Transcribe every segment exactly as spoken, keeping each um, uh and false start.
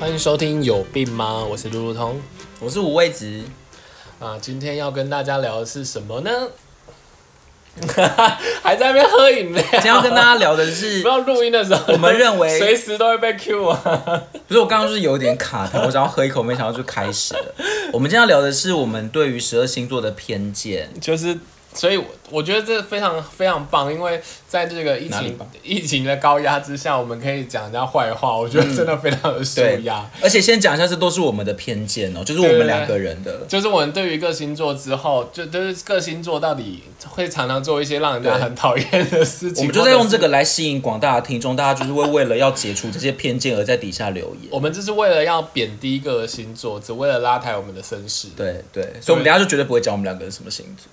欢迎收听有病吗？我是路路通， 我是五味子啊。今天要跟大家聊的是什么呢？还在那边喝饮料。 今天要跟大家聊的是， 不要录音的时候， 我们认为随时都会被 Q 啊。 不是，我刚刚就是有点卡痰，我想要喝一口，没想到就开始了。我们今天要聊的是我们对于十二星座的偏见， 就是。所以我觉得这非常非常棒，因为在这个疫情疫情的高压之下，我们可以讲人家坏话，我觉得真的非常的舒压、嗯。 而且先讲一下，这都是我们的偏见哦，就是我们两个人的， 就是我们对于各星座之后，就就是各星座到底会常常做一些让人家很讨厌的事情。 我们就在用这个来吸引广大的听众，大家就是会为了要解除这些偏见而在底下留言。 我们这是为了要贬低各个星座，只为了拉抬我们的声势。 对对，所以我们等一下就绝对不会讲我们两个人什么星座。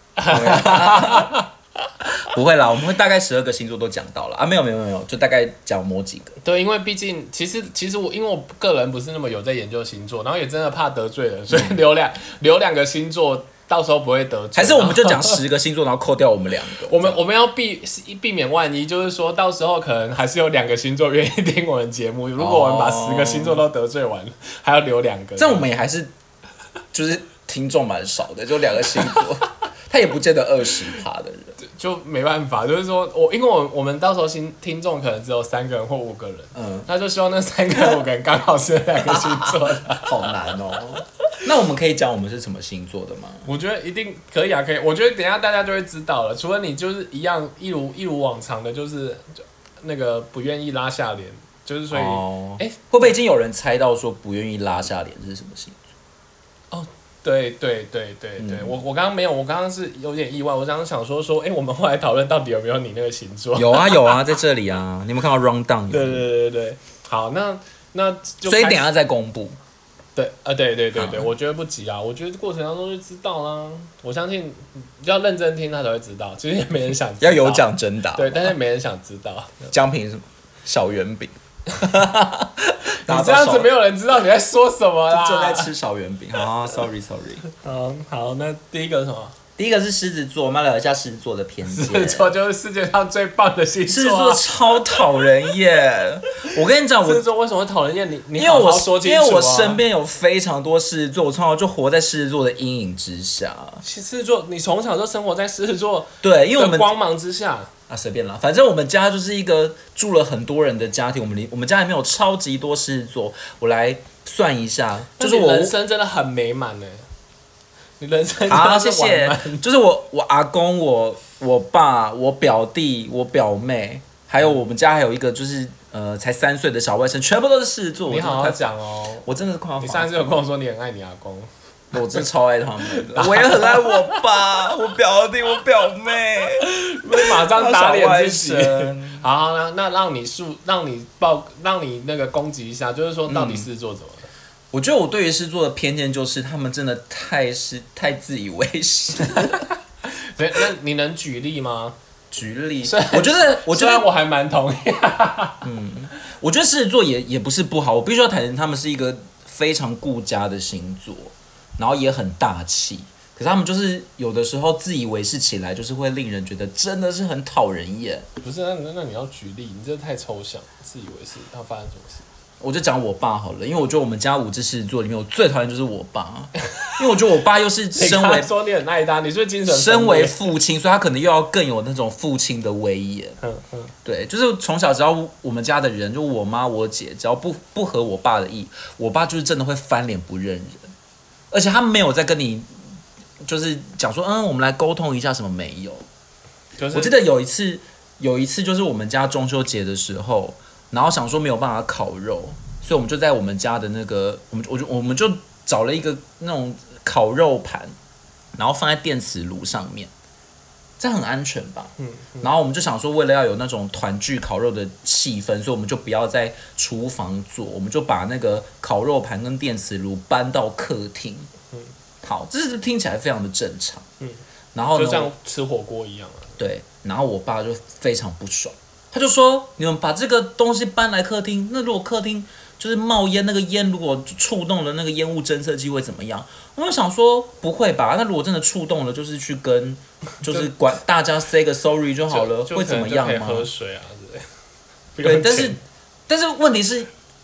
不会啦，我们会大概十二个星座都讲到了啊，没有没有没有，就大概讲某几个。 对，因为毕竟其实其实我因为我个人不是那么有在研究星座，然后也真的怕得罪人，所以留两留两个星座，到时候不会得罪。 还是我们就讲十个星座，然后扣掉我们两个。 我们我们要避避免万一，就是说到时候可能还是有两个星座愿意听我们节目。如果我们把十个星座都得罪完，还要留两个， 这样我们也还是就是听众蛮少的，就两个星座。他也不见得二十趴的人， 就没办法，就是说我因为我我们到时候新听众可能只有三个人或五个人，嗯，他就希望那三个人五个人刚好是两个星座的， 好难哦。那我们可以讲我们是什么星座的吗？ 我觉得一定可以啊，可以。我觉得等一下大家就会知道了。除了你就是一样一如一如往常的，就是那个不愿意拉下脸，就是所以，哎、 哦欸，会不会已经有人猜到说不愿意拉下脸是什么星座？ 哦。对对对对对，嗯、我我刚刚没有，我刚刚是有点意外，我刚刚想说说，哎、欸，我们后来讨论到底有没有你那个星座？ 有啊有啊，在这里啊，你有没有看到 round down？ 对对对对，好，那那就所以等一下再公布。 对，呃，对对对对，我觉得不急啊，我觉得过程当中就知道啦。我相信要认真听，他才会知道。其实也没人想知道， 要有奖征答。 对，但是没人想知道。 奖品是什么？小圆饼。 你这样子没有人知道你在说什么啦， 就在吃小圆饼。好 ，sorry sorry。 嗯，好，那第一个是什么？ 第一个是狮子座，我们聊一下狮子座的偏见。 狮子座就是世界上最棒的星座、啊。 狮子座超讨人厌。我跟你讲，我狮子座为什么会讨人厌？你你好好说清楚、啊、 因为我身边有非常多狮子座，我从小就活在狮子座的阴影之下。 狮子座，你从小就生活在狮子座对，因为我们光芒之下。 啊，随便啦，反正我们家就是一个住了很多人的家庭，我们我们家里面有超级多狮子座。我来算一下，就是我人生真的很美满呢。你人生好，谢谢。就是我我阿公、我我爸、我表弟、我表妹，还有我们家还有一个就是呃才三岁的小外甥，全部都是狮子座。 你好好讲哦， 我真的是快要发疯。 你上次有跟我说你很爱你阿公。 我真的超爱他们的，我也很爱我爸、我表弟、我表妹， 马上打脸自己。好，好，那那让你述，让你报，让你那个攻击一下，就是说到底狮子座怎么了？ 嗯、我觉得我对于狮子座的偏见就是他们真的太是太自以为是。 所以那你能举例吗？ 举例，我觉得，我觉得我还蛮同意。 嗯，我觉得狮子座也也不是不好，我必须要坦诚，他们是一个非常顾家的星座。然后也很大气，可是他们就是有的时候自以为是起来，就是会令人觉得真的是很讨人厌。 不是，那那你要举例，你这太抽象，自以为是，他发生什么事？ 我就讲我爸好了，因为我觉得我们家五只狮子座里面，我最讨厌就是我爸，因为我觉得我爸又是身为说你很爱他，你是精神身为父亲，所以他可能又要更有那种父亲的威严。嗯嗯，对，就是从小只要我们家的人，就我妈我姐，只要不不合我爸的意，我爸就是真的会翻脸不认人。而且他没有在跟你，就是讲说，嗯，我们来沟通一下什么没有。就是、我记得有一次，有一次就是我们家中秋节的时候，然后想说没有办法烤肉，所以我们就在我们家的那个，我们我就我们就找了一个那种烤肉盘，然后放在电磁炉上面，这样很安全吧？嗯。嗯然后我们就想说，为了要有那种团聚烤肉的气氛，所以我们就不要在厨房做，我们就把那个烤肉盘跟电磁炉搬到客厅。嗯。好，这是听起来非常的正常。嗯。然后呢， 就像吃火锅一样啊。 对。然后我爸就非常不爽，他就说：“你们把这个东西搬来客厅，那如果客厅就是冒烟，那个烟如果触动了那个烟雾侦测器会怎么样？”我就想说不会吧，那如果真的触动了，就是去跟就是管大家 say 个 sorry 就好了，会怎么样吗？ 喝水啊之类。 对，但是但是问题是，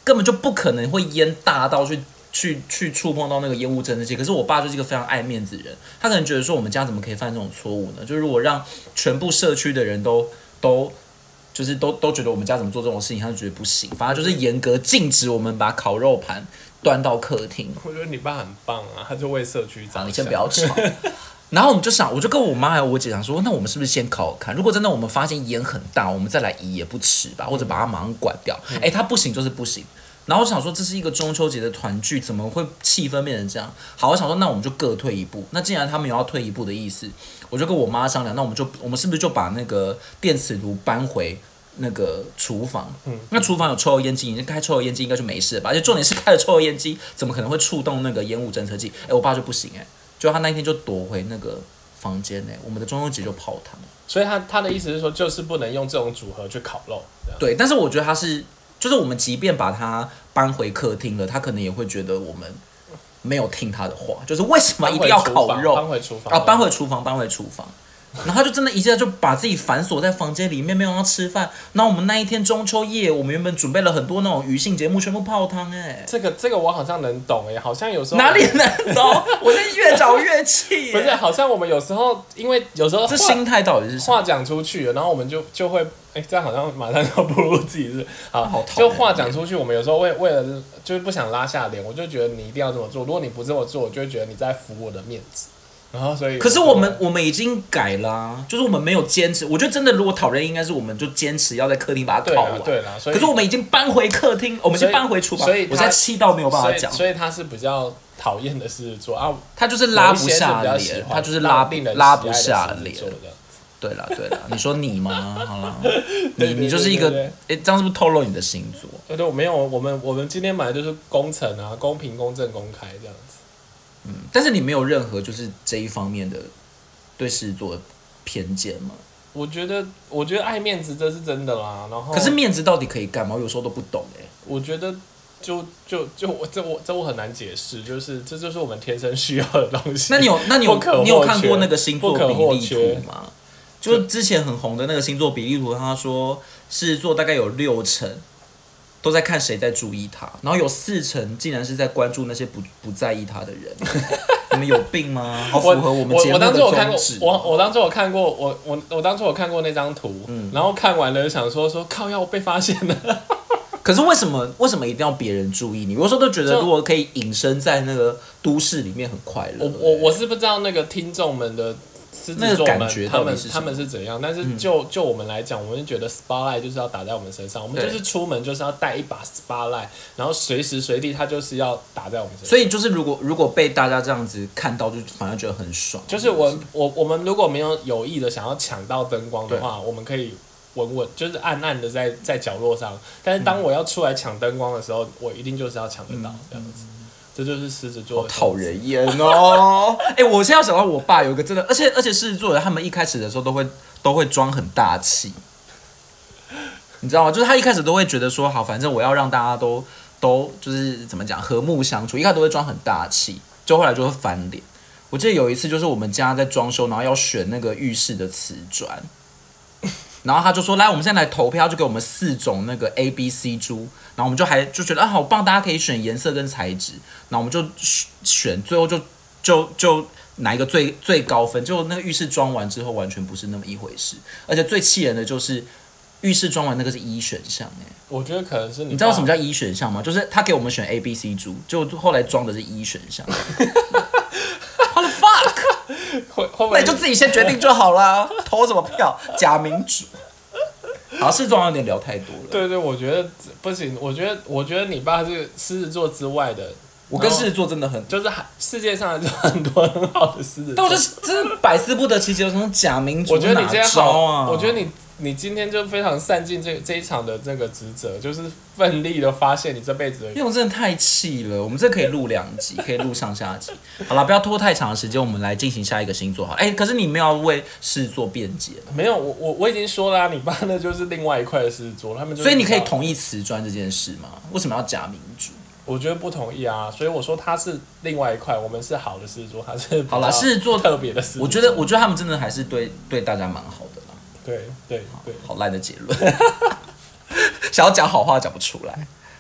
根本就不可能会烟大到去去去触碰到那个烟雾侦测器。可是我爸就是一个非常爱面子的人，他可能觉得说我们家怎么可以犯这种错误呢？就是如果让全部社区的人都都就是都都觉得我们家怎么做这种事情，他就觉得不行。反正就是严格禁止我们把烤肉盘端到客厅。 我觉得你爸很棒啊，他就为社区着想。 你先不要吵。然后我们就想，我就跟我妈还有我姐讲说，那我们是不是先烤看？如果真的我们发现烟很大，我们再来移也不迟吧，或者把它马上关掉。哎、欸，它不行就是不行。然后我想说，这是一个中秋节的团聚，怎么会气氛变成这样？好，我想说，那我们就各退一步。那既然他们有要退一步的意思，我就跟我妈商量，那我们就我们是不是就把那个电磁炉搬回那个厨房？嗯，那厨房有抽油烟机，你开抽油烟机应该就没事了吧？而且重点是开了抽油烟机，怎么可能会触动那个烟雾侦测器？哎、欸，我爸就不行哎、欸。就他那一天就躲回那个房间呢，我们的中秋节就泡汤。 所以他他的意思是说，就是不能用这种组合去烤肉。 对，但是我觉得他是，就是我们即便把他搬回客厅了，他可能也会觉得我们没有听他的话，就是为什么一定要烤肉？ 搬回厨房啊，搬回厨房，搬回厨房。然后他就真的一下就把自己反锁在房间里面，没有要吃饭。然后我们那一天中秋夜，我们原本准备了很多那种娱性节目，全部泡汤哎、欸。 这个这个我好像能懂哎、欸，好像有时候哪里能懂？我在越找越气、欸。 不是，好像我们有时候因为有时候这心态到底是什么？ 话讲出去了，然后我们就就会哎、欸，这样好像马上就步入自己是好， 好就话讲出去，我们有时候为为了就是不想拉下脸，我就觉得你一定要这么做。如果你不这么做，我就会觉得你在服我的面子。然后所以， 可是我们我们已经改了、啊，就是我们没有坚持。我觉得真的，如果讨人应该是我们就坚持要在客厅把它烤完。 对啦，所以可是我们已经搬回客厅，我们已经搬回厨房， 所以我在气到没有办法讲。 所以他是比较讨厌的狮子座啊， 他就是拉不下脸，他就是拉拉不下脸。对啦对啦，你说你吗？好啦，你你就是一个，哎，这样是不是透露你的星座？ 对对，我没有，我们我们今天买的就是公正啊，公平、公正、公开这样子。 嗯，但是你没有任何就是这一方面的对狮子座的偏见吗？ 我觉得，我觉得爱面子这是真的啦。然后， 可是面子到底可以干嘛？我有时候都不懂哎、欸。 我觉得就就就我这我这我很难解释，就是这就是我们天生需要的东西。 那你有那你有你有看过那个星座比例图吗？就之前很红的那个星座比例图，他说狮子座大概有六成。都在看谁在注意他，然后有四成竟然是在关注那些不不在意他的人，你们有病吗？好符合我们节目的宗旨。 我我当初有看过，我我我当初有看过那张图，嗯、然后看完了想说说靠要被发现了。 可是为什么为什么一定要别人注意你？我有时候都觉得如果可以隐身在那个都市里面很快乐。 我我我是不知道那个听众们的。狮子座们，他们他们是怎样？但是就、嗯、就我们来讲，我们觉得 spotlight 就是要打在我们身上，我们就是出门就是要带一把 spotlight， 然后随时随地它就是要打在我们身上。 所以就是如果如果被大家这样子看到，就反而觉得很爽。 就是我我我们如果没有有意的想要抢到灯光的话，我们可以稳稳就是暗暗的在在角落上。但是当我要出来抢灯光的时候，我一定就是要抢得到、嗯、这样子。这就是狮子座， 好讨人厌哦！哎、欸，我现在要想到我爸有一个真的，而且而且狮子座的他们一开始的时候都会都会装很大气，你知道吗？就是他一开始都会觉得说好，反正我要让大家都都就是怎么讲和睦相处，一开始都会装很大气，就后来就会翻脸。我记得有一次就是我们家在装修，然后要选那个浴室的瓷砖。然后他就说：“来，我们现在来投票，就给我们四种那个 A、B、C 猪。然后我们就还就觉得啊，好棒，大家可以选颜色跟材质。然后我们就选，最后就就就哪一个最最高分？结果那个浴室装完之后，完全不是那么一回事。而且最气人的就是浴室装完那个是一选项哎、欸， 我觉得可能是 你, 你知道什么叫一选项吗？就是他给我们选 A、B、C 猪，就后来装的是一选项。What the fuck？ 会会那你就自己先决定就好啦，投什么票？假民主。好，狮子座有点聊太多了。 对对，我觉得不行。我觉得，我觉得你爸是狮子座之外的。 我跟狮子座真的很， 就是世界上就很多很好的狮子座。 但我就是真的百思不得其解，有什么假民主？ 我觉得你今天好啊， 我觉得你你今天就非常善尽这这一场的这个职责，就是奋力的发现你这辈子的。 因为我真的太气了，我们这可以录两集，可以录上下集。好了，不要拖太长的时间，我们来进行下一个星座好。哎、欸，可是你没有为狮子座辩解。 没有，我我我已经说了、啊，你爸那就是另外一块的狮子座，他们就所以你可以同意瓷砖这件事吗？为什么要假民主？ 我觉得不同意啊，所以我说他是另外一块，我们是好的狮子座，他是好啦，狮子座特别的狮子座。 我觉得，我觉得他们真的还是对对大家蛮好的啦。 对对对， 好烂的结论，想要讲好话讲不出来。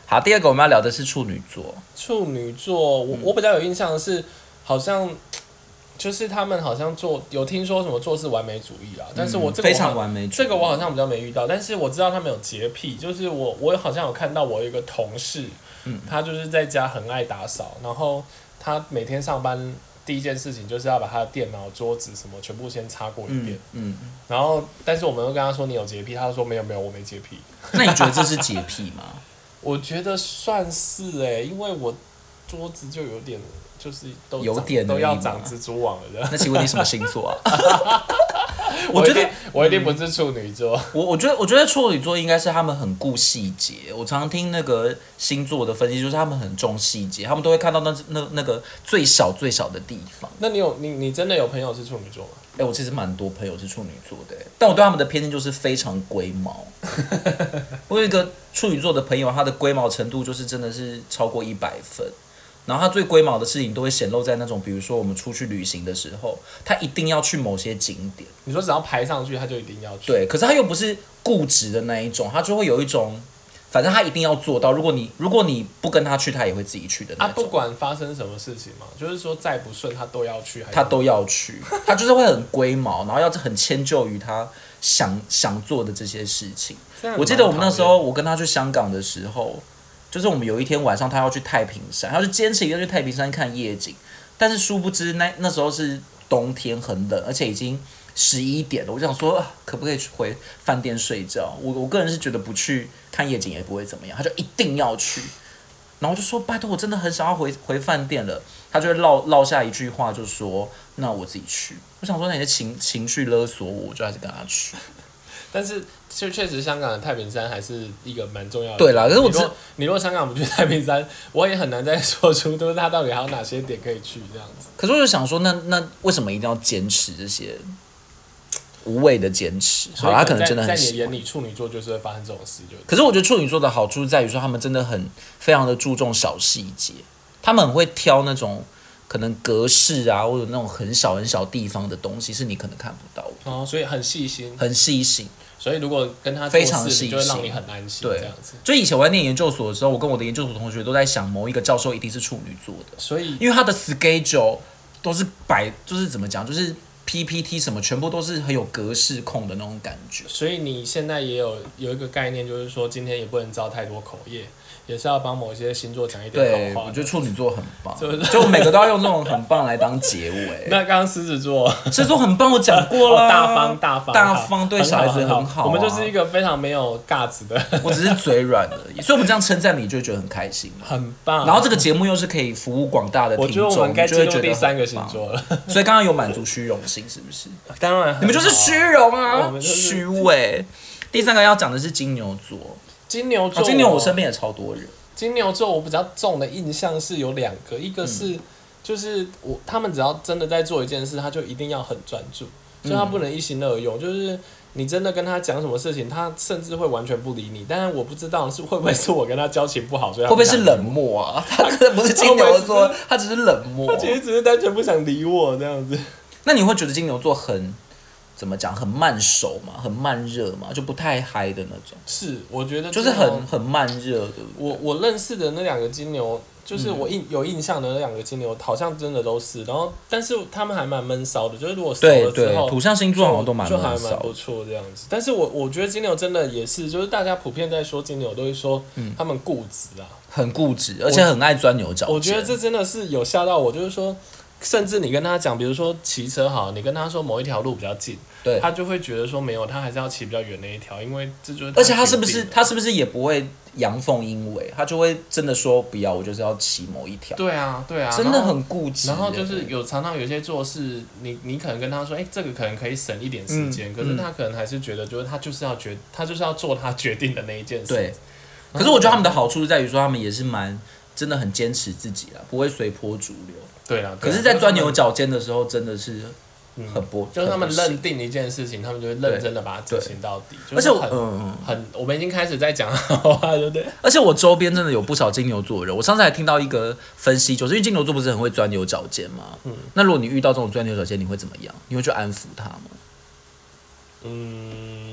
好，第二个我们要聊的是处女座。 处女座，我我比较有印象的是，好像就是他们好像做有听说什么做事完美主义啊，但是我这个我非常完美主义， 这个我好像比较没遇到，但是我知道他们有洁癖，就是我我好像有看到我有一个同事，嗯，他就是在家很爱打扫，然后他每天上班第一件事情就是要把他的电脑、桌子什么全部先擦过一遍，嗯，嗯然后但是我们都跟他说你有洁癖，他说没有没有我没洁癖。 那你觉得这是洁癖吗？ 我觉得算是哎、欸，因为我桌子就有点，就是都有点都要长蜘蛛网了。 那请问你什么星座啊？ 我觉得我一定不是处女座。 我我觉得我觉得处女座应该是他们很顾细节。我常听那个星座的分析，就是他们很重细节，他们都会看到那那那个最小最小的地方。 那你有你你真的有朋友是处女座吗？ 哎、欸，我其实蛮多朋友是处女座的，但我对他们的偏见就是非常龟毛。我有一个处女座的朋友，他的龟毛程度就是真的是超过一百分。然后他最龟毛的事情都会显露在那种，比如说我们出去旅行的时候，他一定要去某些景点。 你说只要排上去，他就一定要去。 对，可是他又不是固执的那一种，他就会有一种，反正他一定要做到。如果你如果你不跟他去，他也会自己去的那种。 啊，不管发生什么事情嘛，就是说再不顺他都要去， 他都要去，他就是会很龟毛，然后要很迁就于他想想做的这些事情。我记得我们那时候，我跟他去香港的时候。就是我们有一天晚上，他要去太平山，他就坚持一定要去太平山看夜景，但是殊不知那那时候是冬天，很冷，而且已经十一点了。我想说，啊、可不可以回饭店睡觉？我我个人是觉得不去看夜景也不会怎么样，他就一定要去，然后就说拜托，我真的很想要回回饭店了。他就会落落下一句话，就说那我自己去。我想说，那你的情情绪勒索我，我就还是跟他去。 但是，就确实香港的太平山还是一个蛮重要的。 对啦，可是我你你如果香港不去太平山，我也很难再说出，就是它到底还有哪些点可以去这样子。 可是我就想说，那那为什么一定要坚持这些无谓的坚持？好，他可能真的很在你眼里，处女座就是会发生这种事就。 可是我觉得处女座的好处在于说，他们真的很非常的注重小细节，他们很会挑那种。可能格式啊，或者那种很小很小地方的东西，是你可能看不到的。 哦，所以很细心， 很细心。 所以如果跟他非常细心， 就会让你很安心。对，这样子。 就以前我在念研究所的时候，我跟我的研究所同学都在想，某一个教授一定是处女座的。 所以， 因为他的 schedule 都是摆，就是怎么讲，就是 P P T 什么，全部都是很有格式控的那种感觉。 所以你现在也有有一个概念，就是说今天也不能招太多口业。也是要帮某些星座讲一点好话。 对，我觉得处女座很棒，就每个都要用这种很棒来当结尾。 那刚刚狮子座， 狮子座很棒，我讲过了、 哦，大方大方大方，对小孩子很好、啊。 我们就是一个非常没有架子的， 我只是嘴软而已。所以我们这样称赞你，就会觉得很开心， 很棒。 然后这个节目又是可以服务广大的听众， 我觉得我们该进入第三个星座了。 所以刚刚有满足虚荣心，是不是？ 当然， 你们就是虚荣啊，虚伪。第三个要讲的是金牛座， 金牛座， 哦、金牛我身边也超多人。 金牛座我比较重的印象是有两个，一个是、嗯、就是我他们只要真的在做一件事，他就一定要很专注，所以他不能一心二用。嗯、就是你真的跟他讲什么事情，他甚至会完全不理你。但是我不知道是会不会是我跟他交情不好，所以他会不会是冷漠啊？他可能不是金牛座，他只是冷漠， 他其实只是单纯不想理我这样子。 那你会觉得金牛座很？怎么讲？很慢熟嘛，很慢热嘛，就不太嗨的那种。 是，我觉得就是很很慢热的。 我我认识的那两个金牛，就是我印、嗯、有印象的那两个金牛，好像真的都是。然后，但是他们还蛮闷骚的，就是如果熟了之后， 对对，土象星座好像都蛮就还蛮不错这样子。但是我我觉得金牛真的也是，就是大家普遍在说金牛，都会说他们固执啊，嗯、 很固执，而且很爱钻牛角尖。 我觉得这真的是有吓到我，就是说。甚至你跟他讲，比如说骑车好，你跟他说某一条路比较近，对，他就会觉得说没有，他还是要骑比较远那一条，因为这就是他。 而且他是不是他是不是也不会阳奉阴违，他就会真的说不要，我就是要骑某一条。 对啊，对啊， 真的很固执。 然后就是有常常有些做事，你你可能跟他说，哎、欸，这个可能可以省一点时间、嗯，可是他可能还是觉得，就是他就是要决，他就是要做他决定的那一件事。对。 可是我觉得他们的好处是在于说，他们也是蛮真的很坚持自己啦，不会随波逐流。 对啦， 可是，在钻牛角尖的时候，真的是很不、嗯， 就是他们认定一件事情，他们就会认真的把它执行到底。而且很、嗯、很，我们已经开始在讲好话，对不对？ 而且我周边真的有不少金牛座的人，我上次还听到一个分析，就是因为金牛座不是很会钻牛角尖嘛。嗯。那如果你遇到这种钻牛角尖，你会怎么样？你会去安抚他吗？ 嗯，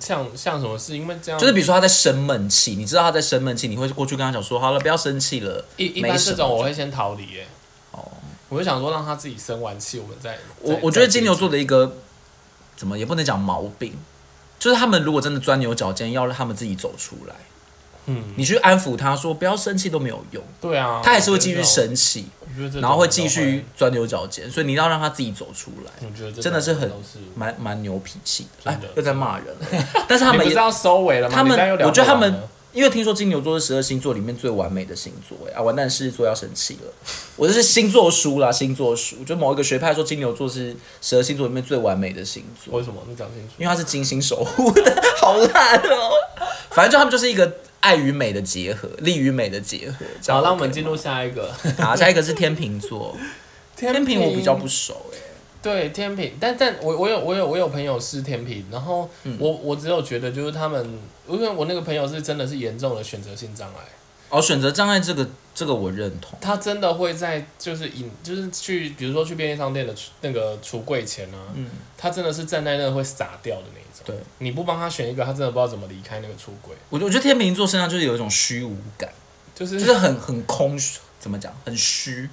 像像什么事？因为这样就是比如说他在生闷气，你知道他在生闷气，你会过去跟他讲说，好了，不要生气了。 一一般这种我会先逃离耶。哦，我就想说让他自己生完气，我们再。 我我觉得金牛座的一个怎么也不能讲毛病，就是他们如果真的钻牛角尖，要让他们自己走出来。嗯，你去安抚他说不要生气都没有用。 对啊， 他还是会继续生气，然后会继续钻牛角尖，所以你要让他自己走出来。 我觉得真的是很蛮蛮牛脾气的，哎，又在骂人了。但是他们也不是要收尾了吗？ 他们我觉得他们，因为听说金牛座是十二星座里面最完美的星座，哎啊，完蛋，狮子座要生气了。我这是星座书啦，星座书，就某一个学派说金牛座是十二星座里面最完美的星座。 为什么？你讲清楚。 因为它是金星守护的，好烂哦。反正就他们就是一个爱与美的结合，力与美的结合。 好，那我们进入下一个。 好，下一个是天秤座。天秤我比较不熟哎。 对天秤，但但我我有我有我有朋友是天秤，然后我、嗯、我只有觉得就是他们，因为我那个朋友是真的是严重的选择性障碍。 哦，选择障碍这个这个我认同。 他真的会在就是引就是去比如说去便利商店的那个橱柜前啊，嗯，他真的是站在那会傻掉的那一种。 对， 你不帮他选一个，他真的不知道怎么离开那个橱柜。 我我觉得天秤座身上就是有一种虚无感，就是就是很很空，怎么讲，很虚。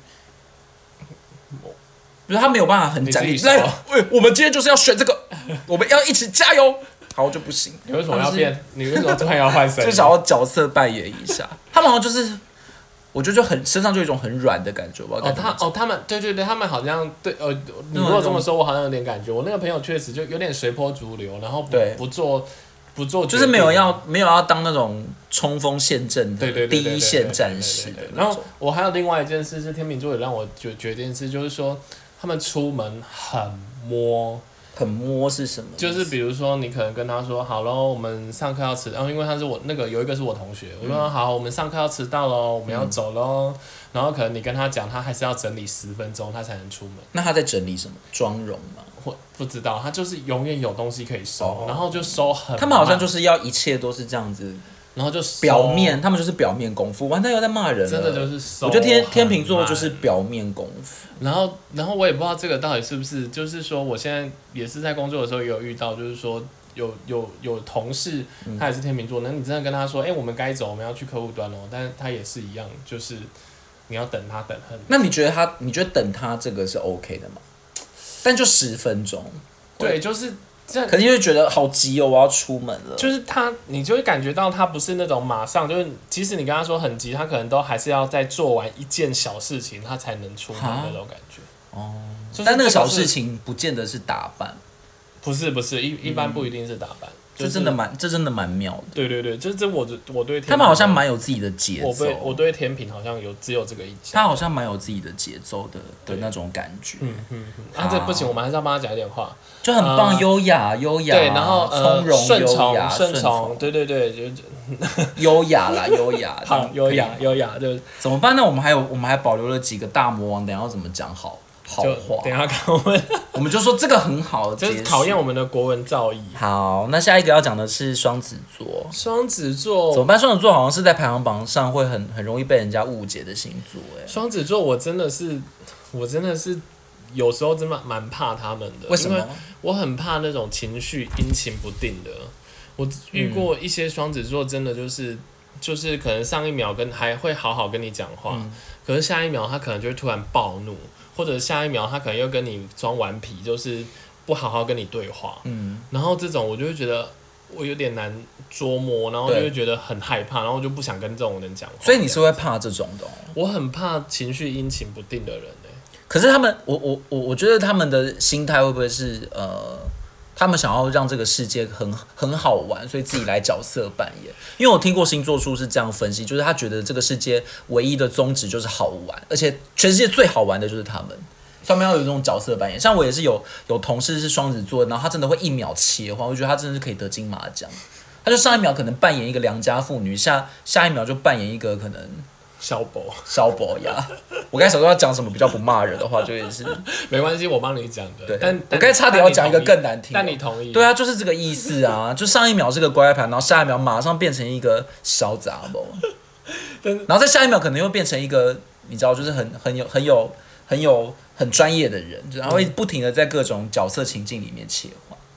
就是他没有办法很讲，来，我们今天就是要选这个，我们要一起加油。好，就不行。 你为什么要变？你为什么突然要换声？ 就想要角色扮演一下。他们好像就是，我觉得就很身上就有一种很软的感觉吧。 哦，他哦，他们对对对，他们好像对呃，你如果这么说，我好像有点感觉。我那个朋友确实就有点随波逐流，然后不不做不做， 就是没有要没有要当那种冲锋陷阵的第一线战士的。 然后我还有另外一件事是天秤座也让我觉觉得一件事，就是说。他们出门很摸， 很摸是什么？ 就是比如说，你可能跟他说好咯，我们上课要迟，然后因为他是我那个有一个是我同学，我说好，我们上课要迟到咯，我们要走咯。然后可能你跟他讲，他还是要整理十分钟，他才能出门。 那他在整理什么？妆容吗？ 或不知道，他就是永远有东西可以收，哦、然后就收很慢。 他们好像就是要一切都是这样子。 然后就表面，他们就是表面功夫，完蛋又在骂人了。 真的就是收。 我觉得天天秤座就是表面功夫。 然后，然后我也不知道这个到底是不是，就是说，我现在也是在工作的时候也有遇到，就是说有有有同事他也是天秤座，那、嗯、你真的跟他说，哎、欸，我们该走，我们要去客户端哦，但是他也是一样，就是你要等他等很。 那你觉得他，你觉得等他这个是 OK 的吗？但就十分钟。 对，就是。 肯定会觉得好急哦，我要出门了。 就是他，你就会感觉到他不是那种马上，就是即使你跟他说很急，他可能都还是要再做完一件小事情，他才能出门那种感觉。哦， 但那个小事情不见得是打扮， 不是不是一一般不一定是打扮。 这真的蛮，这真的蛮妙的。 对对对，就是这我我对天他们好像蛮有自己的节奏。 我对我对天秤好像有只有这个印象。 他好像蛮有自己的节奏的的那种感觉。 嗯嗯嗯。啊，这不行，我们还是要帮他讲一点话。 就很棒，优雅优雅。对， 然后从容顺从顺从，对对对，就优雅啦，优雅。 好，优雅优雅，就怎么办呢？我们还有我们还保留了几个大魔王，等一下要怎么讲好？好话， 等一下看我们， 我们就说这个很好， 就是考验我们的国文造诣。 好，那下一个要讲的是双子座。 双子座怎么办？双子座好像是在排行榜上会很很容易被人家误解的星座。哎， 双子座我真的是，我真的是有时候真的蛮怕他们的。 为什么？ 因为我很怕那种情绪阴晴不定的。我遇过一些双子座，真的就是、嗯、就是可能上一秒跟还会好好跟你讲话、嗯，可是下一秒他可能就会突然暴怒。或者下一秒他可能又跟你装顽皮，就是不好好跟你对话，嗯，然后这种我就会觉得我有点难捉摸，然后就会觉得很害怕，然后我就不想跟这种人讲话。 所以你是会怕这种的、哦？ 我很怕情绪阴晴不定的人、欸、 可是他们，我我我我觉得他们的心态会不会是呃？他们想要让这个世界很很好玩，所以自己来角色扮演。因为我听过星座书是这样分析，就是他觉得这个世界唯一的宗旨就是好玩，而且全世界最好玩的就是他们。他们要有这种角色扮演。像我也是有有同事是双子座，然后他真的会一秒切换，我觉得他真的是可以得金马奖。他就上一秒可能扮演一个良家妇女，下下一秒就扮演一个可能。 小宝， 小宝呀！我刚才想说要讲什么比较不骂人的话，就也是没关系，我帮你讲的。 对， 但我刚才差点要讲一个更难听， 但你同意？ 对啊，就是这个意思啊！就上一秒是个乖牌，然后下一秒马上变成一个小杂宝，然后在下一秒可能又变成一个你知道，就是很很有很有很有很专业的人，然后会不停的在各种角色情境里面切换。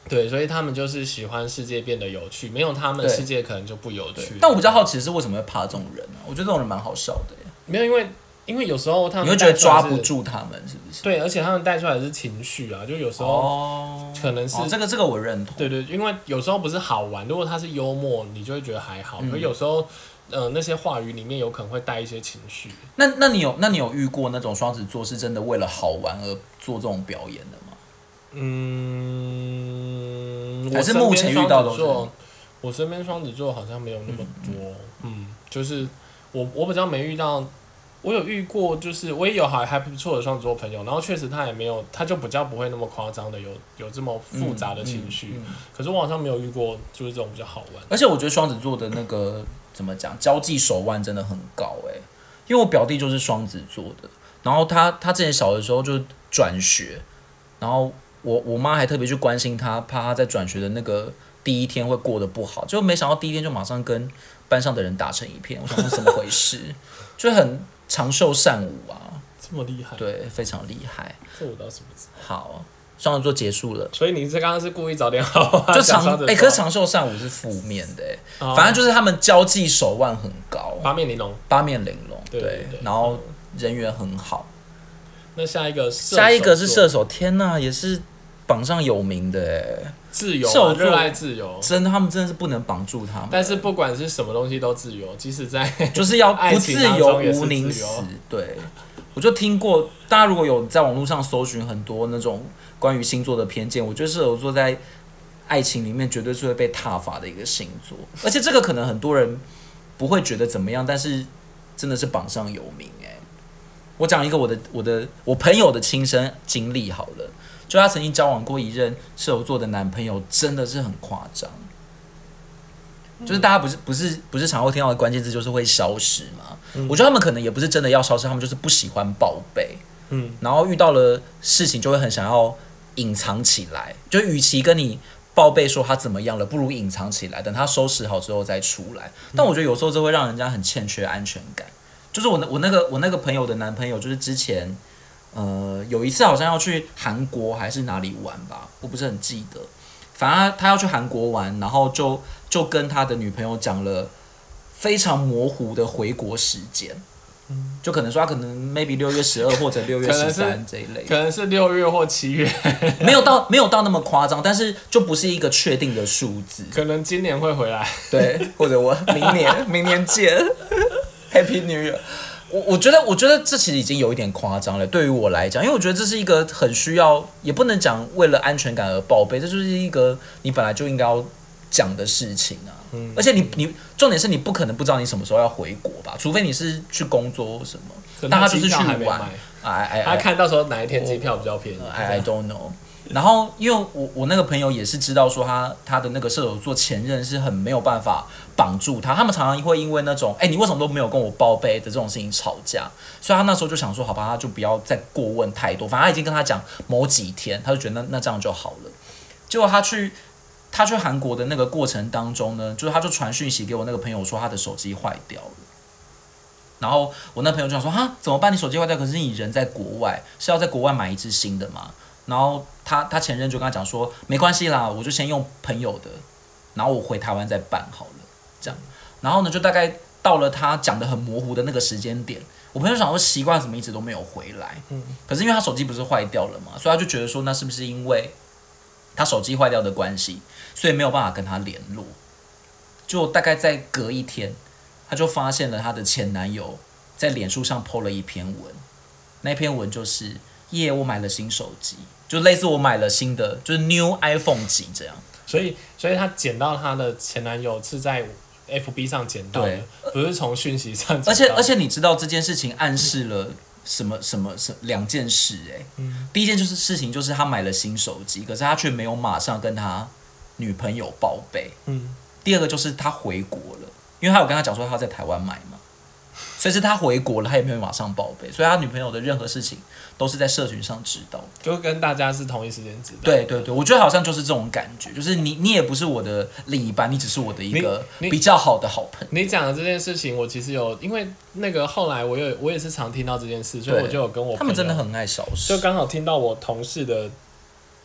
对，所以他们就是喜欢世界变得有趣，没有他们世界可能就不有趣。 但我比较好奇是为什么会怕这种人呢、啊？我觉得这种人蛮好笑的耶。 没有，因为因为有时候他们你会觉得抓不住他们，是不是？ 对，而且他们带出来的是情绪啊，就有时候可能是、 哦哦、这个这个我认同。 对对，因为有时候不是好玩，如果他是幽默，你就会觉得还好。嗯、可有时候。呃，那些话语里面有可能会带一些情绪。 那那你有那你有遇过那种双子座是真的为了好玩而做这种表演的吗？ 嗯， 还是目前遇到的是我身边双子座好像没有那么多。嗯，嗯就是我我比较没遇到，我有遇过，就是我也有还还不错的双子座朋友，然后确实他也没有，他就比较不会那么夸张的有有这么复杂的情绪。嗯嗯嗯、可是我好像没有遇过，就是这种比较好玩。 而且我觉得双子座的那个。怎么讲？交际手腕真的很高哎、欸，因为我表弟就是双子座的，然后他他之前小的时候就转学，然后我我妈还特别去关心他，怕他在转学的那个第一天会过得不好，就没想到第一天就马上跟班上的人打成一片，我想说怎么回事？就很长袖善舞啊， 这么厉害？ 对，非常厉害。 这我倒是不知道。 好。双子座结束了， 所以你这刚刚是故意找点好话， 就长哎、欸，可是长袖善舞是负面的哎、欸，哦、反正就是他们交际手腕很高， 八面玲珑， 八面玲珑，对， 对对然后人缘很好。 那下一个， 下一个是射手，天哪，也是榜上有名的哎、欸， 自由、啊，热爱自由， 真的，他们真的是不能绑住他们。 但是不管是什么东西都自由，即使在就是要不自由无宁死，对。我就听过，大家如果有在网络上搜寻很多那种关于星座的偏见，我觉得射手座在爱情里面绝对是会被挞伐的一个星座，而且这个可能很多人不会觉得怎么样，但是真的是榜上有名哎、欸。我讲一个我的我的我朋友的亲身经历好了，就他曾经交往过一任射手座的男朋友，真的是很夸张。就是大家不是不是不是常会听到的关键字，就是会消失嘛。嗯、我觉得他们可能也不是真的要消失，他们就是不喜欢报备。嗯，然后遇到了事情就会很想要隐藏起来，就与其跟你报备说他怎么样了，不如隐藏起来，等他收拾好之后再出来。但我觉得有时候这会让人家很欠缺安全感。就是我我那个我那个朋友的男朋友，就是之前呃有一次好像要去韩国还是哪里玩吧，我不是很记得。反正 他, 他要去韩国玩，然后就就跟他的女朋友讲了非常模糊的回国时间，嗯、就可能说他可能 maybe 六月十二或者六月十三这一类， 可能是六月或七月， 没有到没有到那么夸张，但是就不是一个确定的数字。 可能今年会回来， 对，或者我明年明年见 ，Happy New Year。我我觉得，我觉得这其实已经有一点夸张了。对于我来讲，因为我觉得这是一个很需要，也不能讲为了安全感而报备，这就是一个你本来就应该要讲的事情啊。嗯、而且你你重点是你不可能不知道你什么时候要回国吧？除非你是去工作或什么，但他就是去玩。哎他看到时候哪一天机票比较便宜 ？I I don't know。然后，因为我我那个朋友也是知道说他他的那个射手座前任是很没有办法绑住他，他们常常会因为那种哎、欸、你为什么都没有跟我报备的这种事情吵架，所以他那时候就想说好吧，他就不要再过问太多，反正他已经跟他讲某几天，他就觉得那那这样就好了。结果他去他去韩国的那个过程当中呢，就是他就传讯息给我那个朋友说他的手机坏掉了。然后我那朋友就想说哈怎么办？你手机坏掉，可是你人在国外，是要在国外买一支新的吗？然后他他前任就跟他讲说没关系啦，我就先用朋友的，然后我回台湾再办好了，这样。然后呢，就大概到了他讲的很模糊的那个时间点，我朋友想说奇怪，怎么一直都没有回来？嗯，可是因为他手机不是坏掉了嘛，所以他就觉得说那是不是因为他手机坏掉的关系，所以没有办法跟他联络。就大概再隔一天，他就发现了他的前男友在脸书上 po 了一篇文，那篇文就是耶，我买了新手机。就类似我买了新的，就是 New iPhone 几这样， 所以所以他捡到他的前男友是在 F B 上捡到的，不是从讯息上捡到的。 而且而且你知道这件事情暗示了什么什么什两件事哎、欸嗯，第一件就是事情就是他买了新手机，可是他却没有马上跟他女朋友报备。嗯，第二个就是他回国了，因为他有跟他讲说他在台湾买嘛。所以是他回国了，他也没有马上报备，所以他女朋友的任何事情都是在社群上知道的， 就跟大家是同一时间知道。 对对对，我觉得好像就是这种感觉，就是你你也不是我的另一半，你只是我的一个比较好的好朋友。 你讲的这件事情，我其实有，因为那个后来我有我也是常听到这件事，所以我就有跟我朋友他们真的很爱小事， 就刚好听到我同事的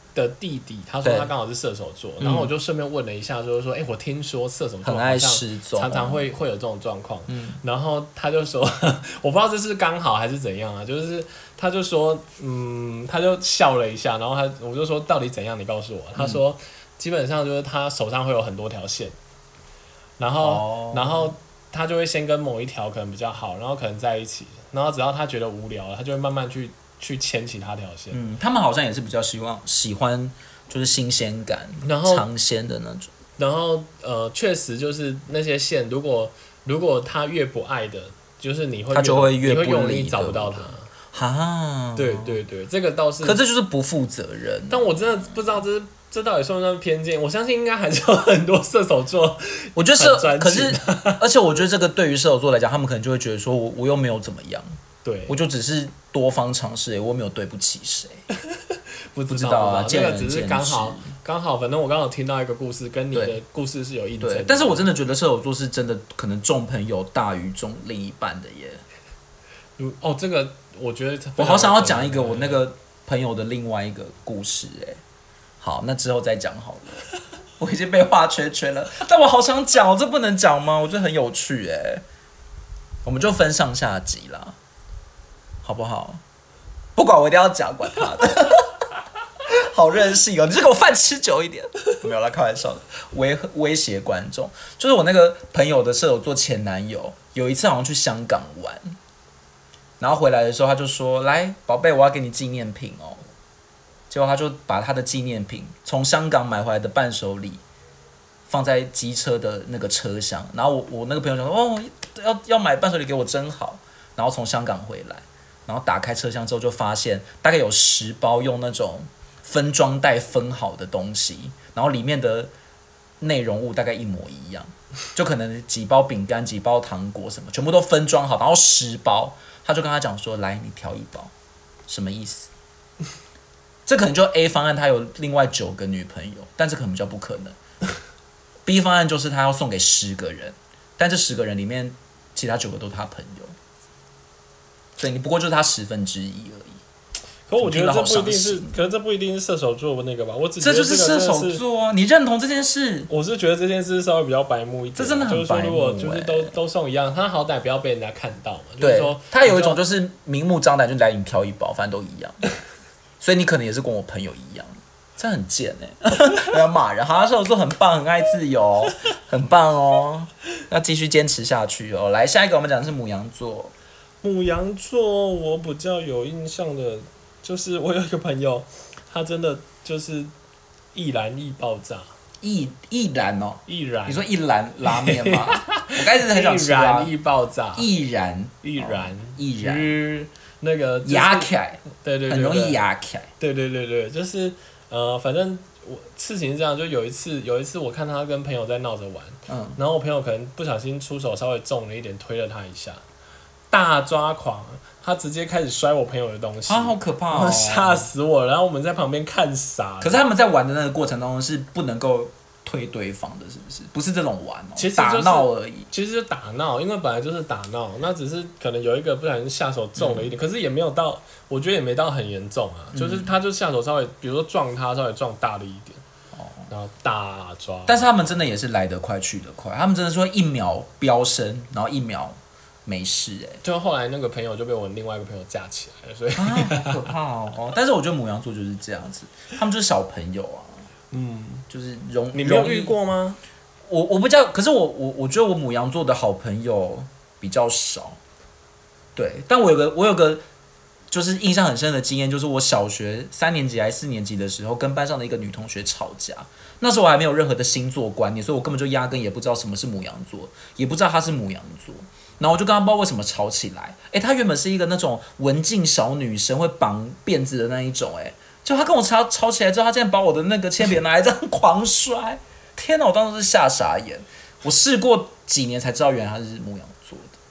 的弟弟，他说他刚好是射手座，然后我就顺便问了一下，就是说，哎、欸，我听说射手座很爱失踪， 常常会会有这种状况。嗯，然后他就说，我不知道这是刚好还是怎样啊，就是他就说，嗯，他就笑了一下，然后他我就说到底怎样？你告诉我。他说，基本上就是他手上会有很多条线，然后、哦、然后他就会先跟某一条可能比较好，然后可能在一起，然后只要他觉得无聊了，他就会慢慢去。去牵其他条线， 嗯，他们好像也是比较希望喜欢就是新鲜感，然后尝鲜的那种。 然后呃，确实就是那些线，如果如果他越不爱的，就是你会他就会越不理，你会容易找不到他。 哈， 对对对，这个倒是。 可这就是不负责任。 但我真的不知道这是这到底算不算偏见？我相信应该还是有很多射手座， 我觉得是，可是而且我觉得这个对于射手座来讲，他们可能就会觉得说我我又没有怎么样。 对， 我就只是多方尝试，我没有对不起谁， 不知道啊， 这个只是刚好刚好，反正我刚好听到一个故事，跟你的故事是有印证的。 但是我真的觉得射手座是真的可能重朋友大于重另一半的耶。 嗯，哦，这个我觉得我好想要讲一个我那个朋友的另外一个故事哎，好，那之后再讲好了。我已经被画圈圈了，但我好想讲，这不能讲吗？我觉得很有趣哎，我们就分上下集啦。好不好？不管我一定要讲，管他的。好任性哦！你就给我饭吃久一点。没有啦，开玩笑的，威威胁观众。就是我那个朋友的射手座前男友，有一次好像去香港玩，然后回来的时候他就说：“来，宝贝，我要给你纪念品哦。”结果他就把他的纪念品从香港买回来的伴手礼放在机车的那个车厢，然后我我那个朋友就说：“哦，要要买伴手礼给我真好。”然后从香港回来。然后打开车厢之后，就发现大概有十包用那种分装袋分好的东西，然后里面的内容物大概一模一样，就可能几包饼干、几包糖果什么，全部都分装好，然后十包，他就跟他讲说：“来，你挑一包。”什么意思？这可能就 A 方案，他有另外九个女朋友，但这可能比较不可能。B 方案就是他要送给十个人，但这十个人里面，其他九个都是他朋友。所以你不过就是他十分之一而已。 可我觉得这不一定是，可是这不一定是射手座那个吧？我只觉得这, 这就是射手座啊！你认同这件事？ 我是觉得这件事稍微比较白目一点。 这真的很白目、欸。就是说，如果就是都都送一样，他好歹不要被人家看到嘛。 对， 就是说他有一种就是明目张胆就来你挑一包，反正都一样。所以你可能也是跟我朋友一样，这很贱哎、欸！不要骂人，好，射手座很棒，很爱自由，很棒哦，要继续坚持下去哦。来，下一个我们讲的是牡羊座。 牡羊座，我比较有印象的，就是我有一个朋友，他真的就是易燃易爆炸， 易易燃哦， 易燃， 你说一兰拉面吗？我刚才很想吃啊。 易燃易爆炸， 易燃易燃易燃， 就是那个压起来， 对对对， 很容易压起来， 对对对对，就是呃，反正我事情是这样，就有一次有一次我看他跟朋友在闹着玩，嗯，然后我朋友可能不小心出手稍微重了一点，推了他一下。大抓狂，他直接开始摔我朋友的东西， 啊，好可怕哦， 吓死我了！然后我们在旁边看傻。 可是他们在玩的那个过程当中是不能够推对方的，是不是？不是这种玩哦， 其实、就是、 打闹而已。 其实就打闹，因为本来就是打闹，那只是可能有一个不小心下手重了一点，嗯、可是也没有到，我觉得也没到很严重啊，嗯、就是他就下手稍微，比如说撞他稍微撞大力一点。然后大抓， 但是他们真的也是来得快去得快，他们真的说一秒飙升，然后一秒。没事哎、欸， 就后来那个朋友就被我另外一个朋友架起来了，所以、 啊、好可怕哦。但是我觉得牡羊座就是这样子，他们就是小朋友啊，嗯，就是容你没有遇过吗？ 我我不知道，可是我我我觉得我牡羊座的好朋友比较少，对，但我有个我有个就是印象很深的经验，就是我小学三年级还是四年级的时候，跟班上的一个女同学吵架。那时候我还没有任何的星座观念，所以我根本就压根也不知道什么是牡羊座，也不知道她是牡羊座。然后我就跟她不知道为什么吵起来。哎，她原本是一个那种文静小女生，会绑辫子的那一种。哎，就她跟我吵吵起来之后，她竟然把我的那个铅笔拿来这样狂摔。天哪，我当时是吓傻眼。我试过几年才知道，原来她是牡羊座的。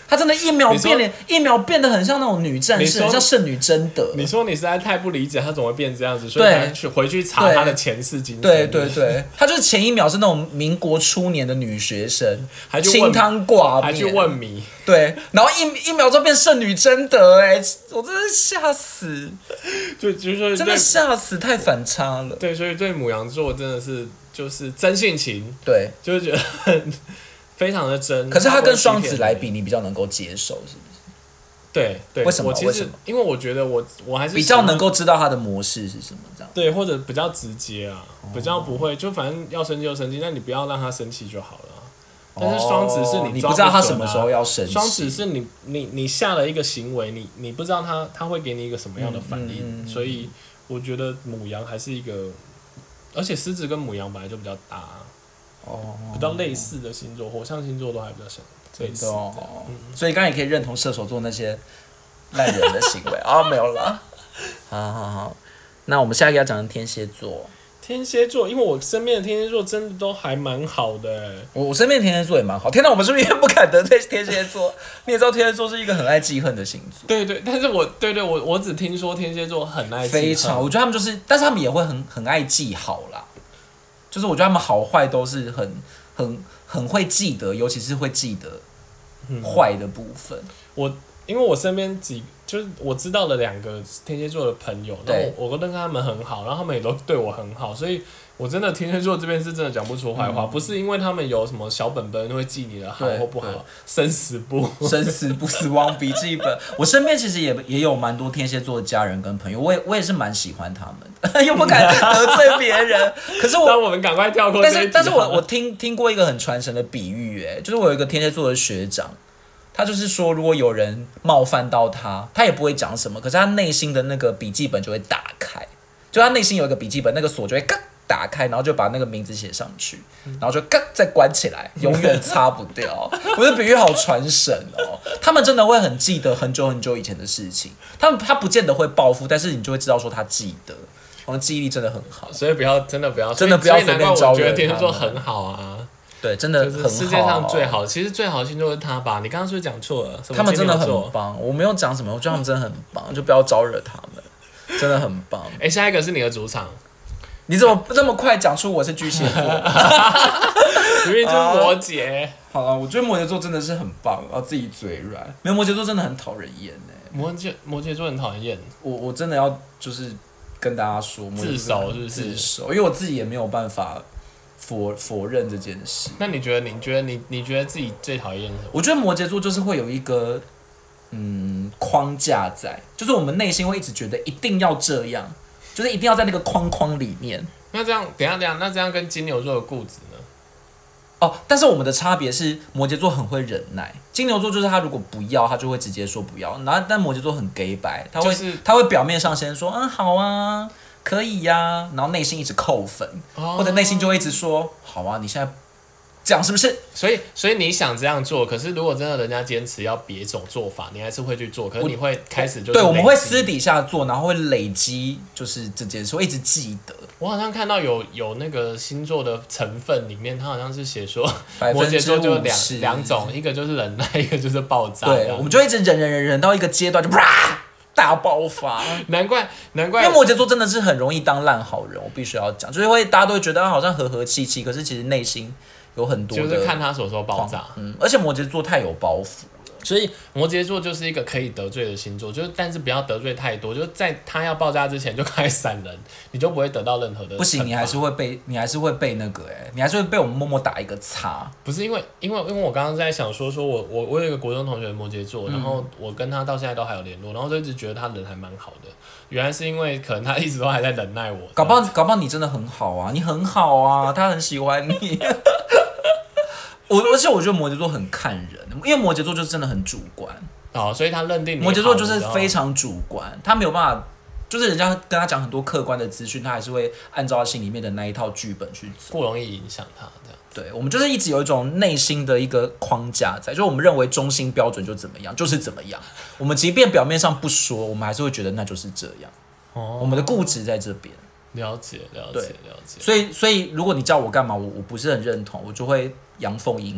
他真的一秒变脸，一秒变得很像那种女战士，很像圣女贞德。 你说你实在太不理解他怎么会变这样子，所以他去回去查他的前世今生。 对对对，他就是前一秒是那种民国初年的女学生，清汤挂面， 还去问米。 对，然后一一秒钟变圣女贞德，哎，我真的吓死。 就就是说， 真的吓死，太反差了。 对，所以对牡羊座真的是就是真性情， 对， 就是觉得很非常的真。 可是他跟双子来比，你比较能够接受，是不是？ 对对， 为什么？ 我其实因为我觉得我我还是比较能够知道他的模式是什么，这样对，或者比较直接啊，哦、比较不会就反正要生气就生气，但你不要让他生气就好了。但是双子是 你,、啊、 你不知道他什么时候要生气， 双子是你你你下了一个行为，你你不知道他他会给你一个什么样的反应，嗯嗯嗯、所以我觉得牡羊还是一个，而且狮子跟牡羊本来就比较搭、啊，哦，比较类似的星座，火象星座都还比较像类似哦、 嗯，所以刚才也可以认同射手座那些烂人的行为啊、哦，没有啦，好好好，那我们下一个要讲的天蝎座。 天蝎座，因为我身边的天蝎座真的都还蛮好的、欸， 我我身边的天蝎座也蛮好。天哪，我们是不是也不敢得罪天蝎座？你也知道天蝎座是一个很爱记恨的星座。 对对，但是我对对我我只听说天蝎座很爱记恨， 非常，我觉得他们就是，但是他们也会很很爱记好啦。就是我觉得他们好坏都是很很很会记得，尤其是会记得坏的部分。嗯、 我因为我身边几。就是我知道的两个天蝎座的朋友，然后我我跟他们很好，然后他们也都对我很好，所以我真的天蝎座这边是真的讲不出坏话，嗯、不是因为他们有什么小本本会记你的好或不好，生死簿、 生死簿、死亡笔记本。我身边其实也也有蛮多天蝎座的家人跟朋友，我也我也是蛮喜欢他们的，又不敢得罪别人。可是我， 让我们赶快跳过这一题。 但是但是我我听听过一个很传神的比喻，哎，就是我有一个天蝎座的学长。他就是说，如果有人冒犯到他，他也不会讲什么，可是他内心的那个笔记本就会打开，就他内心有一个笔记本，那个锁就会嘎打开，然后就把那个名字写上去，然后就嘎再关起来，永远擦不掉。我的比喻好传神哦，他们真的会很记得很久很久以前的事情，他们他不见得会报复，但是你就会知道说他记得，我的记忆力真的很好， 所以不要真的不要真的不要随便招惹他们。 我觉得天蝎座很好啊。 对，真的很好。 世界上最好，其实最好的星座是他吧？你刚刚是不是讲错了？ 他们真的很棒，我没有讲什么，我觉得他们真的很棒，就不要招惹他们，真的很棒。 哎、欸，下一个是你的主场， 你怎么这么快讲出我是巨蟹座？ 因为就是摩羯。 啊、好了，我觉得摩羯座真的是很棒，然后自己嘴软。没有，摩羯座真的很讨人厌哎。 摩羯摩羯座很讨人厌， 我我真的要就是跟大家说， 自首是不是？ 自首，因为我自己也没有办法。否否认这件事。 那你觉得？你觉得你你觉得自己最讨厌什么？ 我觉得摩羯座就是会有一个嗯框架在，就是我们内心会一直觉得一定要这样，就是一定要在那个框框里面。 那这样，等一下等一下，那这样跟金牛座的固执呢？ 哦，但是我们的差别是摩羯座很会忍耐，金牛座就是他如果不要，他就会直接说不要。然后但摩羯座很给白，他会、就是、他会表面上先说嗯好啊。可以呀、啊，然后内心一直扣分，哦、或者内心就会一直说好啊，你现在这样是不是？ 所以，所以你想这样做，可是如果真的人家坚持要别种做法，你还是会去做。可是你会开始就是对，我们会私底下做，然后会累积，就是这件事会一直记得。 我好像看到有有那个星座的成分里面，它好像是写说摩羯座就两两种，一个就是忍耐，一个就是爆炸。 对，我们就一直忍忍忍忍到一个阶段就啪。大爆发， 难怪难怪， 因为摩羯座真的是很容易当烂好人，我必须要讲，就是会大家都会觉得他好像和和气气，可是其实内心有很多的， 就是看他所说爆炸， 嗯，而且摩羯座太有包袱了， 所以摩羯座就是一个可以得罪的星座，就是但是不要得罪太多，就是在他要爆炸之前就开始闪人，你就不会得到任何的。 不行，你还是会被，你还是会被那个哎、欸，你还是会被我们默默打一个叉。 不是因为，因为因为我刚刚在想说，说我我我有一个国中同学摩羯座，然后我跟他到现在都还有联络，然后就一直觉得他人还蛮好的。原来是因为可能他一直都还在忍耐我， 搞不好搞不好你真的很好啊，你很好啊，他很喜欢你。我而且我觉得摩羯座很看人，因为摩羯座就是真的很主观哦，所以他认定你摩羯座就是非常主观，他没有办法，就是人家跟他讲很多客观的资讯，他还是会按照他心里面的那一套剧本去走， 不容易影响他这样。 对，我们就是一直有一种内心的一个框架在，就是我们认为中心标准就怎么样，就是怎么样。我们即便表面上不说，我们还是会觉得那就是这样。哦，我们的固执在这边。 了解，了解，了解。 所以，所以如果你叫我干嘛，我我不是很认同，我就会阳奉阴违。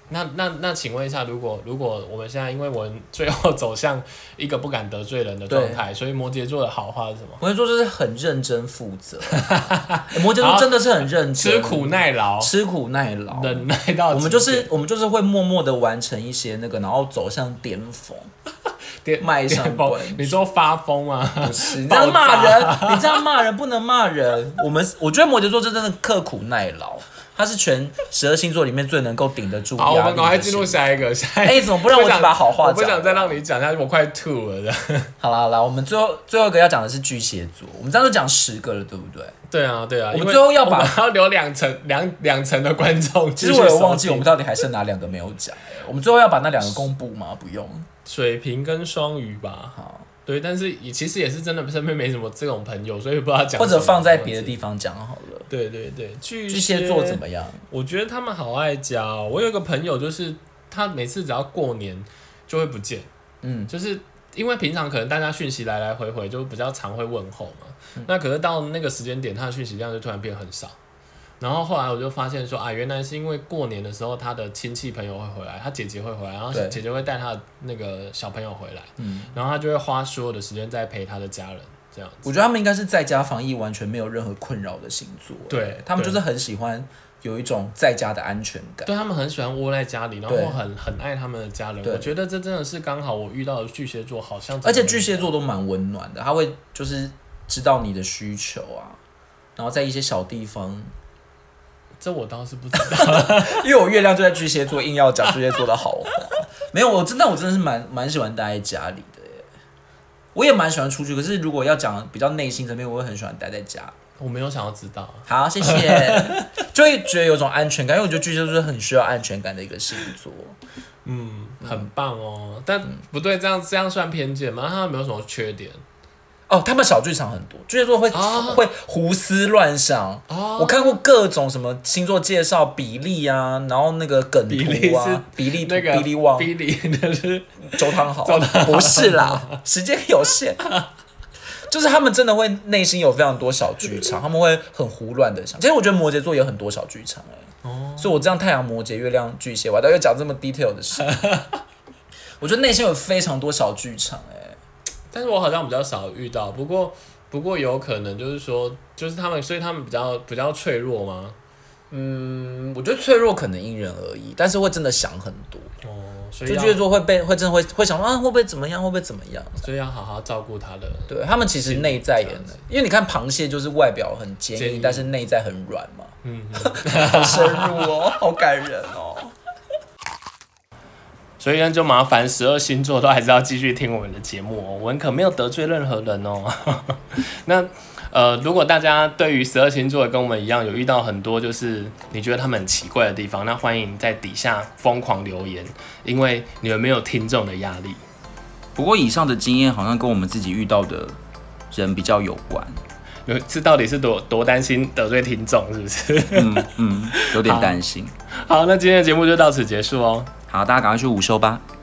那那那，请问一下，如果如果我们现在，因为我们最后走向一个不敢得罪人的状态，所以摩羯座的好话是什么？ 摩羯座就是很认真负责，欸、摩羯座真的是很认真， 吃苦耐劳， 吃苦耐劳， 忍耐到我们就是我们就是会默默的完成一些那个，然后走向巅峰。迈上关， 你说发疯吗？ 不是，你这样骂人，你这样骂人不能骂人。我们我觉得摩羯座真的刻苦耐劳，他是全十二星座里面最能够顶得住压力的。 好，我们赶快进入下一个。下一个， 哎、欸，怎么不让我把好话讲？ 我不想再让你讲下去，我快吐了。 好啦好啦，我们最后最后一个要讲的是巨蟹座，我们这样就讲十个了，对不对？ 对啊对啊， 我们最后要把要留两层两两层的观众。 其实我有忘记我们到底还剩哪两个没有讲、欸，我们最后要把那两个公布吗？不用。 水瓶跟双鱼吧，好，对，但是也其实也是真的身边没什么这种朋友，所以不知道讲。 或者放在别的地方讲好了。 对对对，巨巨蟹座怎么样？ 我觉得他们好爱家哦。我有一个朋友，就是他每次只要过年就会不见，嗯，就是因为平常可能大家讯息来来回回，就比较常会问候嘛。嗯、那可是到那个时间点，他的讯息量就突然变很少。然后后来我就发现说啊，原来是因为过年的时候，他的亲戚朋友会回来，他姐姐会回来，然后姐姐会带他的那个小朋友回来，嗯，然后他就会花所有的时间在陪他的家人，这样子。 我觉得他们应该是在家防疫完全没有任何困扰的星座， 对， 他们就是很喜欢有一种在家的安全感， 对他们很喜欢窝在家里，然后很很爱他们的家人。我觉得这真的是刚好我遇到的巨蟹座，好像而且巨蟹座都蛮温暖的，他会就是知道你的需求啊，然后在一些小地方。 这我倒是不知道， 因为我月亮就在巨蟹座，硬要讲巨蟹座的好话。没有，我真的我真的是蛮蛮喜欢待在家里的耶。我也蛮喜欢出去，可是如果要讲比较内心层面，我会很喜欢待在家。 我没有想要知道。 好，谢谢。就会觉得有种安全感，因为我觉得巨蟹座是很需要安全感的一个星座。 嗯，很棒哦。但不对，这样这样算偏见吗？他有没有什么缺点？ 哦，他们小剧场很多，巨蟹座会、哦、会胡思乱想、哦。我看过各种什么星座介绍比例啊，然后那个梗图啊，比例那个比例王， 比例那是周汤豪，不是啦，时间有限。就是他们真的会内心有非常多小剧场，他们会很胡乱的想。其实我觉得摩羯座也有很多小剧场哎、欸哦，所以我这样太阳摩羯月亮巨蟹，我还要讲这么 detail 的事。我觉得内心有非常多小剧场哎、欸。 但是我好像比较少遇到，不过不过有可能就是说，就是他们，所以他们比较比较脆弱吗？ 嗯，我觉得脆弱可能因人而异，但是会真的想很多。哦，所以巨蟹座会被会真的会会想啊，会不会怎么样？会不会怎么样？ 所以要好好照顾他的。 对他们其实内在也能，因为你看螃蟹就是外表很坚硬，但是内在很软嘛。嗯，好深入哦，好感人哦。 所以呢，就麻烦十二星座都还是要继续听我们的节目哦，我们可没有得罪任何人哦。那呃，如果大家对于十二星座跟我们一样有遇到很多就是你觉得他们很奇怪的地方，那欢迎在底下疯狂留言，因为你们没有听众的压力。 不过以上的经验好像跟我们自己遇到的人比较有关。 这到底是多多担心得罪听众，是不是？ 嗯嗯，有点担心。 好，好，那今天的节目就到此结束哦。 好，大家赶快去午休吧。